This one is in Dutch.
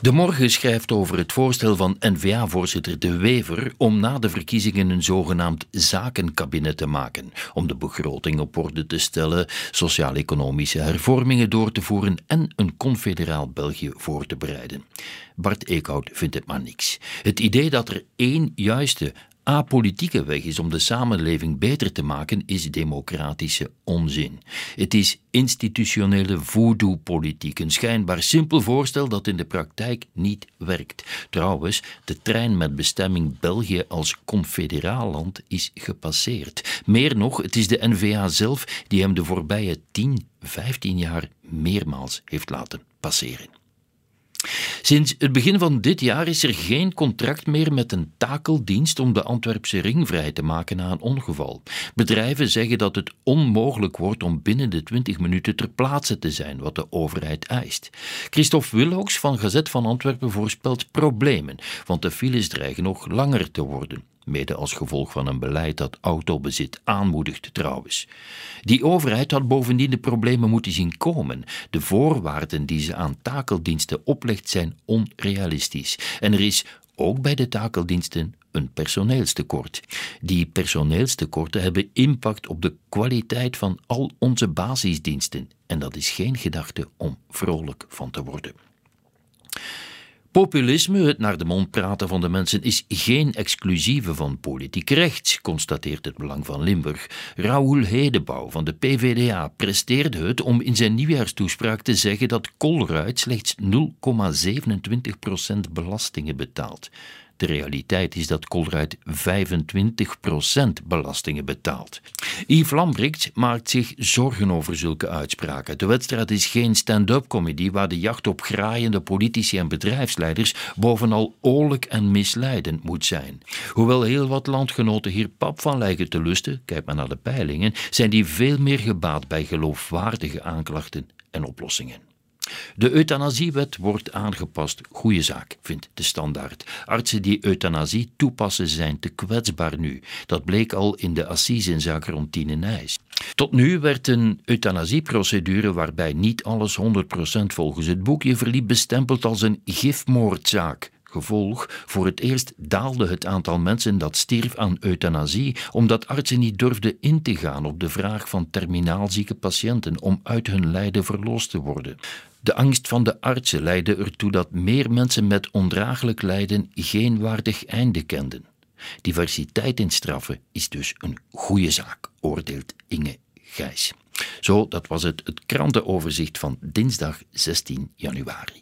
De Morgen schrijft over het voorstel van N-VA-voorzitter De Wever om na de verkiezingen een zogenaamd zakenkabinet te maken, om de begroting op orde te stellen, sociaal-economische hervormingen door te voeren en een confederaal België voor te bereiden. Bart Eekhout vindt het maar niks. Het idee dat er één juiste, apolitieke weg is om de samenleving beter te maken, is democratische onzin. Het is institutionele voodoo-politiek, een schijnbaar simpel voorstel dat in de praktijk niet werkt. Trouwens, de trein met bestemming België als confederaal land is gepasseerd. Meer nog, het is de N-VA zelf die hem de voorbije 10, 15 jaar meermaals heeft laten passeren. Sinds het begin van dit jaar is er geen contract meer met een takeldienst om de Antwerpse ring vrij te maken na een ongeval. Bedrijven zeggen dat het onmogelijk wordt om binnen de 20 minuten ter plaatse te zijn, wat de overheid eist. Christophe Wilhox van Gazet van Antwerpen voorspelt problemen, want de files dreigen nog langer te worden. Mede als gevolg van een beleid dat autobezit aanmoedigt trouwens. Die overheid had bovendien de problemen moeten zien komen. De voorwaarden die ze aan takeldiensten oplegt zijn onrealistisch. En er is ook bij de takeldiensten een personeelstekort. Die personeelstekorten hebben impact op de kwaliteit van al onze basisdiensten. En dat is geen gedachte om vrolijk van te worden. Populisme, het naar de mond praten van de mensen, is geen exclusieve van politiek rechts, constateert het Belang van Limburg. Raoul Hedebouw van de PVDA presteerde het om in zijn nieuwjaarstoespraak te zeggen dat Colruyt slechts 0,27% belastingen betaalt. De realiteit is dat Colruyt 25% belastingen betaalt. Yves Lambrecht maakt zich zorgen over zulke uitspraken. De wedstrijd is geen stand-up comedy waar de jacht op graaiende politici en bedrijfsleiders bovenal oorlijk en misleidend moet zijn. Hoewel heel wat landgenoten hier pap van lijken te lusten, kijk maar naar de peilingen, zijn die veel meer gebaat bij geloofwaardige aanklachten en oplossingen. De euthanasiewet wordt aangepast. Goeie zaak, vindt de Standaard. Artsen die euthanasie toepassen zijn te kwetsbaar nu. Dat bleek al in de assisezaak rond Tine Nijs. Tot nu werd een euthanasieprocedure waarbij niet alles 100% volgens het boekje verliep bestempeld als een gifmoordzaak. Gevolg, voor het eerst daalde het aantal mensen dat stierf aan euthanasie omdat artsen niet durfden in te gaan op de vraag van terminaal zieke patiënten om uit hun lijden verlost te worden. De angst van de artsen leidde ertoe dat meer mensen met ondraaglijk lijden geen waardig einde kenden. Diversiteit in straffen is dus een goede zaak, oordeelt Inge Gijs. Zo, dat was het krantenoverzicht van dinsdag 16 januari.